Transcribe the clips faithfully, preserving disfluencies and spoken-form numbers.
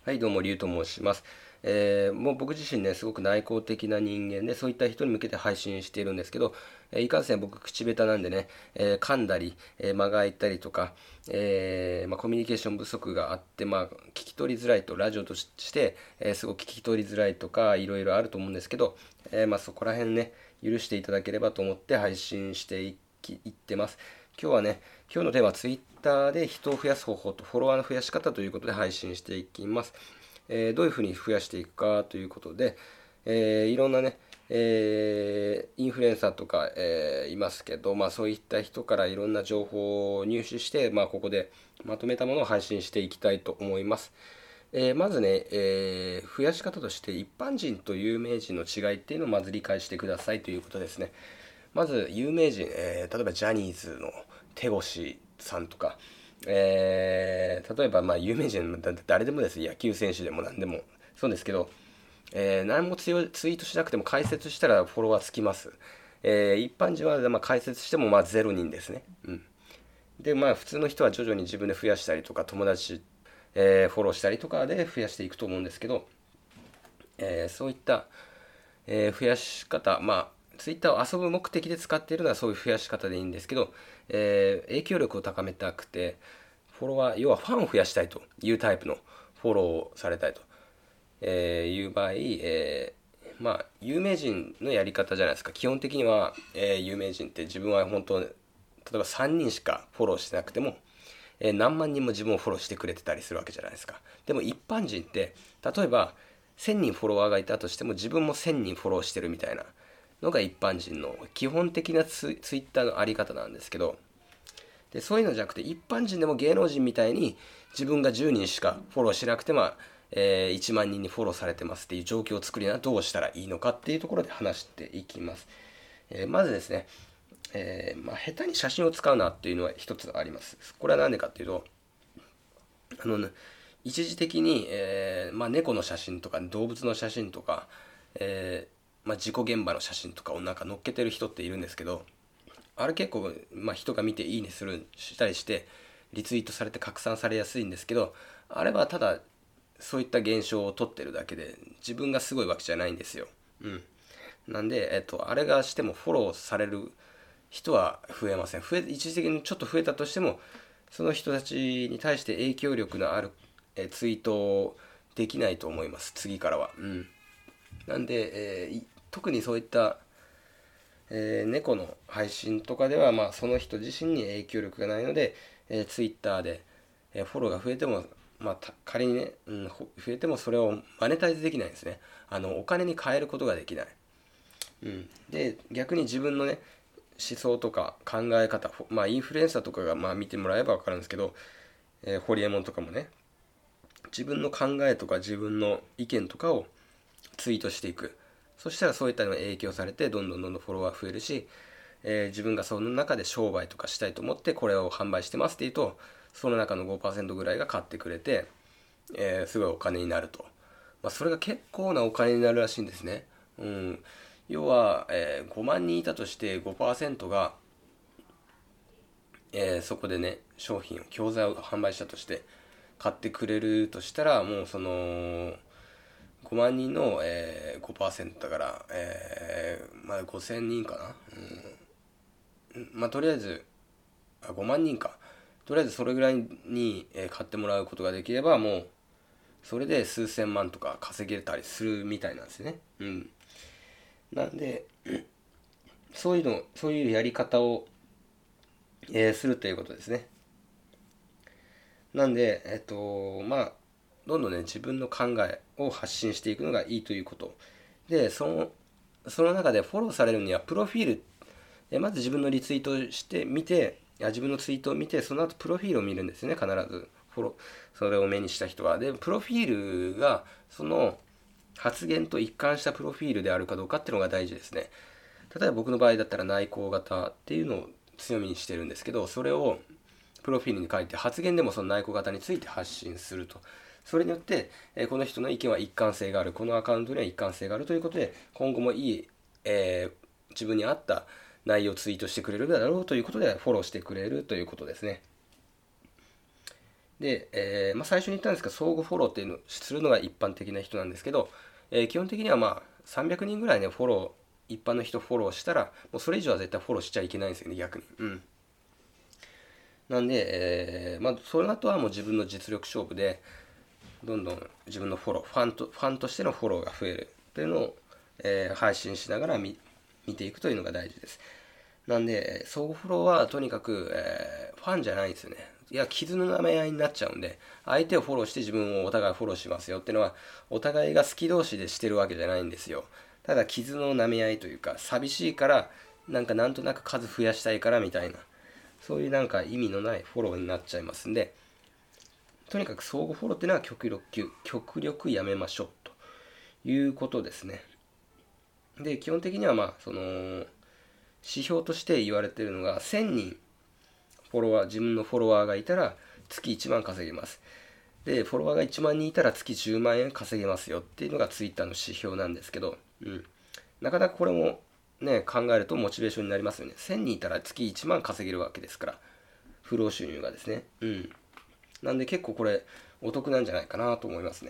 はい、どうも、りゅうと申します。えーもう僕自身ね、すごく内向的な人間で、そういった人に向けて配信しているんですけど、えーいかんせん僕、口下手なんでね、えー噛んだり、えー間が空いたりとか、えーまあ、コミュニケーション不足があって、まあ、聞き取りづらいと、ラジオとして、えーすごく聞き取りづらいとか、いろいろあると思うんですけど、えーまあ、そこら辺ね、許していただければと思って配信していき、いってます。今日はね、今日のテーマは Twitter で人を増やす方法とフォロワーの増やし方ということで配信していきます。えーどういうふうに増やしていくかということで、えーいろんなね、えーインフルエンサーとか、えーいますけど、まあ、そういった人からいろんな情報を入手して、まあ、ここでまとめたものを配信していきたいと思います。えーまずね、えー増やし方として一般人と有名人の違いっていうのをまず理解してくださいということですね。まず有名人、えー例えばジャニーズの手越さんとか、えー例えばまあ有名人だ誰でもです、野球選手でも何でもそうですけど、えー何もツイツイートしなくても解説したらフォロワーつきます。えー一般人はまあ解説してもまあゼロにんですね。うん。でまあ普通の人は徐々に自分で増やしたりとか友達、えーフォローしたりとかで増やしていくと思うんですけど、えーそういった、えー増やし方、まあ、ツイッターを遊ぶ目的で使っているのはそういう増やし方でいいんですけど、えー影響力を高めたくて、フォロワー、要はファンを増やしたいというタイプのフォローをされたいと、えーいう場合、えーまあ、有名人のやり方じゃないですか。基本的には、えー有名人って自分は本当、例えばさんにんしかフォローしてなくても、えー何万人も自分をフォローしてくれてたりするわけじゃないですか。でも一般人って、例えばせんにんフォロワーがいたとしても自分もせんにんフォローしてるみたいなのが一般人の基本的なツツイッターのあり方なんですけど、でそういうのじゃなくて一般人でも芸能人みたいに自分がじゅうにんしかフォローしなくても、えーいちまん人にフォローされてますっていう状況を作りながらどうしたらいいのかっていうところで話していきます。えーまずですね、えーまあ、下手に写真を使うなっていうのは一つあります。これは何でかっていうと、あのね、一時的に、えーまあ、猫の写真とか動物の写真とか、えーまあ、事故現場の写真とかをなんか載っけてる人っているんですけど、あれ結構、まあ、人が見ていいねするしたりしてリツイートされて拡散されやすいんですけど、あれはただそういった現象を撮ってるだけで自分がすごいわけじゃないんですよ。うん。なんで、えっと、あれがしてもフォローされる人は増えません。増え、一時的にちょっと増えたとしても、その人たちに対して影響力のあるえツイートをできないと思います、次からは。うん。なんで、えー特にそういった、えー猫の配信とかでは、まあ、その人自身に影響力がないので、えー、ツイッターで、えーフォローが増えても、まあ、仮にね、うん、増えてもそれをマネタイズできないんですね。あの、お金に換えることができない。うん。で、逆に自分のね、思想とか考え方、まあ、インフルエンサーとかが、まあ、見てもらえば分かるんですけど、えー、ホリエモンとかもね、自分の考えとか自分の意見とかをツイートしていく。そしたらそういったのが影響されてどんどんどんどんフォロワー増えるし、えー自分がその中で商売とかしたいと思ってこれを販売してますって言うと、その中のごパーセントぐらいが買ってくれて、えーすごいお金になると。まあ、それが結構なお金になるらしいんですね。うん。要は、えーごまん人いたとしてごパーセントが、えーそこでね、商品を、教材を販売したとして買ってくれるとしたら、もうその、ごまん人の、えー、ごパーセントだから、えー、まあごせんにんかな。うん、まあとりあえず、あ、ごまん人か。とりあえずそれぐらいに、えー買ってもらうことができれば、もう、それで数千万とか稼げたりするみたいなんですね。うん。なんで、そういうの、そういうやり方を、えーするということですね。なんで、えっと、まあ、どんどんね、自分の考えを発信していくのがいいということ。で、その、その中でフォローされるには、プロフィール、えまず自分のリツイートをしてみて、いや自分のツイートを見て、その後プロフィールを見るんですね、必ず。フォロー、それを目にした人は。で、プロフィールが、その発言と一貫したプロフィールであるかどうかっていうのが大事ですね。例えば僕の場合だったら内向型っていうのを強みにしてるんですけど、それをプロフィールに書いて発言でもその内向型について発信すると。それによって、えーこの人の意見は一貫性がある、このアカウントには一貫性があるということで、今後もいい、えー自分に合った内容をツイートしてくれるだろうということでフォローしてくれるということですね。 で、えーまあ、最初に言ったんですが、相互フォローっていうのをするのが一般的な人なんですけど、えー基本的にはまあさんびゃくにんぐらいね、フォロー、一般の人フォローしたら、もうそれ以上は絶対フォローしちゃいけないんですよね、逆に。うん。なんで、えーまあ、その後はもう自分の実力勝負で、どんどん自分のフォロー、ファンと、ファンとしてのフォローが増えるというのを、えー配信しながら見、見ていくというのが大事です。なんで、相互フォローはとにかく、えーファンじゃないんですよね。いや、傷の舐め合いになっちゃうんで、相手をフォローして自分をお互いフォローしますよっていうのは、お互いが好き同士でしてるわけじゃないんですよ。ただ、傷の舐め合いというか、寂しいから、なんかなんとなく数増やしたいからみたいな、そういうなんか意味のないフォローになっちゃいますんで、とにかく相互フォローっていうのは極力、極力やめましょうということですね。で、基本的にはまあ、その、指標として言われているのが、せんにんフォロワー、自分のフォロワーがいたら月いちまん稼げます。で、フォロワーがいちまん人いたら月じゅうまん円稼げますよっていうのがツイッターの指標なんですけど、うん。なかなかこれもね、考えるとモチベーションになりますよね。せんにんいたら月いちまん稼げるわけですから、不労収入がですね。うん。なんで結構これお得なんじゃないかなと思いますね。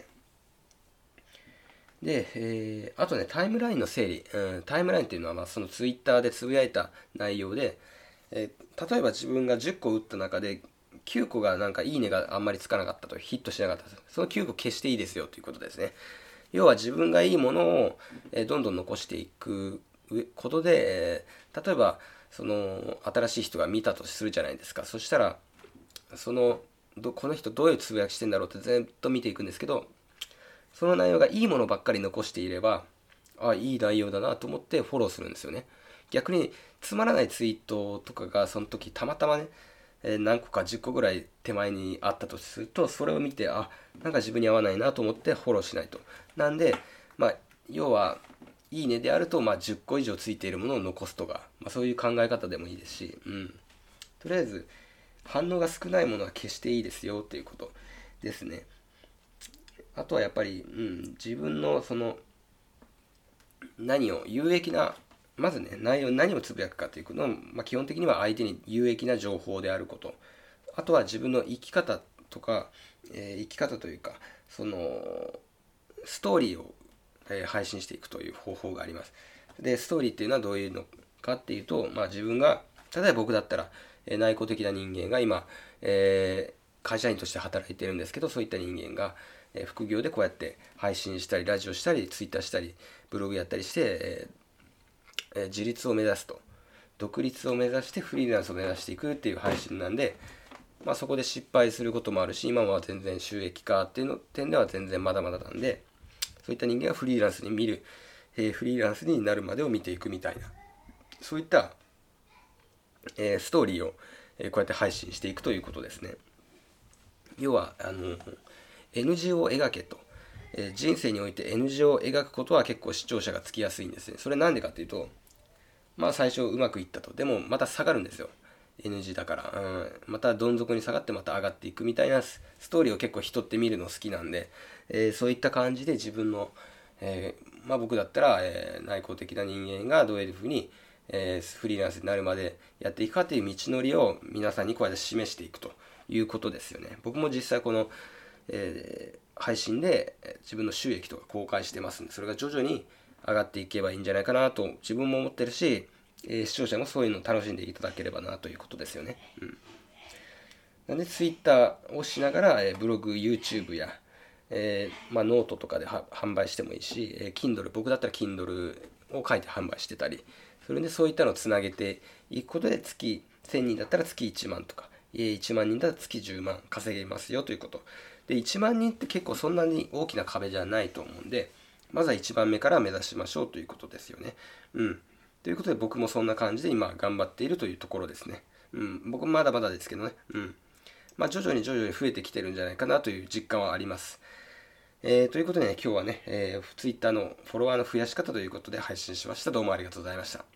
で、えーあとね、タイムラインの整理。うん、タイムラインっていうのは、まあ、そのツイッターでつぶやいた内容で、えー例えば自分がじゅっこ打った中で、きゅうこがなんかいいねがあんまりつかなかったと、ヒットしなかったと。そのきゅうこ消していいですよということですね。要は自分がいいものを、えーどんどん残していくことで、えー例えば、その、新しい人が見たとするじゃないですか。そしたら、その、どこの人どういうつぶやきしてんだろうってずっと見ていくんですけど、その内容がいいものばっかり残していれば、あ、いい内容だなと思ってフォローするんですよね。逆につまらないツイートとかがその時たまたまね、えー何個かじゅっこぐらい手前にあったとすると、それを見て、あ、なんか自分に合わないなと思ってフォローしないと。なんで、まあ、要は、いいねであると、まあ、じゅっこ以上ついているものを残すとか、まあ、そういう考え方でもいいですし、うん。とりあえず、反応が少ないものは消していいですよっていうことですね。あとはやっぱり、うん、自分のその何を有益な、まずね、内容、何をつぶやくかということの、まあ、基本的には相手に有益な情報であること。あとは自分の生き方とか、えー生き方というか、その、ストーリーを、えー配信していくという方法があります。で、ストーリーっていうのはどういうのかっていうと、まあ自分が、例えば僕だったら、えー内向的な人間が今、えー会社員として働いてるんですけど、そういった人間が、えー副業でこうやって配信したり、ラジオしたり、ツイッターしたり、ブログやったりして、えーえー自立を目指すと。独立を目指してフリーランスを目指していくっていう配信なんで、まあそこで失敗することもあるし、今は全然収益化っていうの点では全然まだまだなんで、そういった人間がフリーランスに見る、えーフリーランスになるまでを見ていくみたいな、そういった、えーストーリーを、えーこうやって配信していくということですね。要は、あの、エヌジー を描けと。えー人生において エヌジー を描くことは結構視聴者がつきやすいんですね。それなんでかっていうと、まあ最初うまくいったと。でもまた下がるんですよ。エヌジー だから。うん、またどん底に下がってまた上がっていくみたいなストーリーを結構人って見るの好きなんで、えーそういった感じで自分の、えーまあ僕だったら、えー内向的な人間がどういうふうに、えーフリーランスになるまでやっていくかという道のりを皆さんにこうやって示していくということですよね。僕も実際この、えー配信で自分の収益とか公開してますんで、それが徐々に上がっていけばいいんじゃないかなと自分も思ってるし、えー視聴者もそういうのを楽しんでいただければなということですよね。うん。なんで Twitter をしながら、えーブログ、YouTube や、えーまあ、ノートとかでは販売してもいいし、えー Kindle、僕だったら Kindle を書いて販売してたり、それでそういったのをつなげていくことで月せんにんだったら月いちまんとか、えーいちまん人だったら月じゅうまん稼げますよということ。で、いちまん人って結構そんなに大きな壁じゃないと思うんで、まずはいちばんめから目指しましょうということですよね。うん。ということで僕もそんな感じで今頑張っているというところですね。うん。僕もまだまだですけどね。うん。まあ徐々に徐々に増えてきてるんじゃないかなという実感はあります。えー、ということでね、今日はね、えー、Twitter のフォロワーの増やし方ということで配信しました。どうもありがとうございました。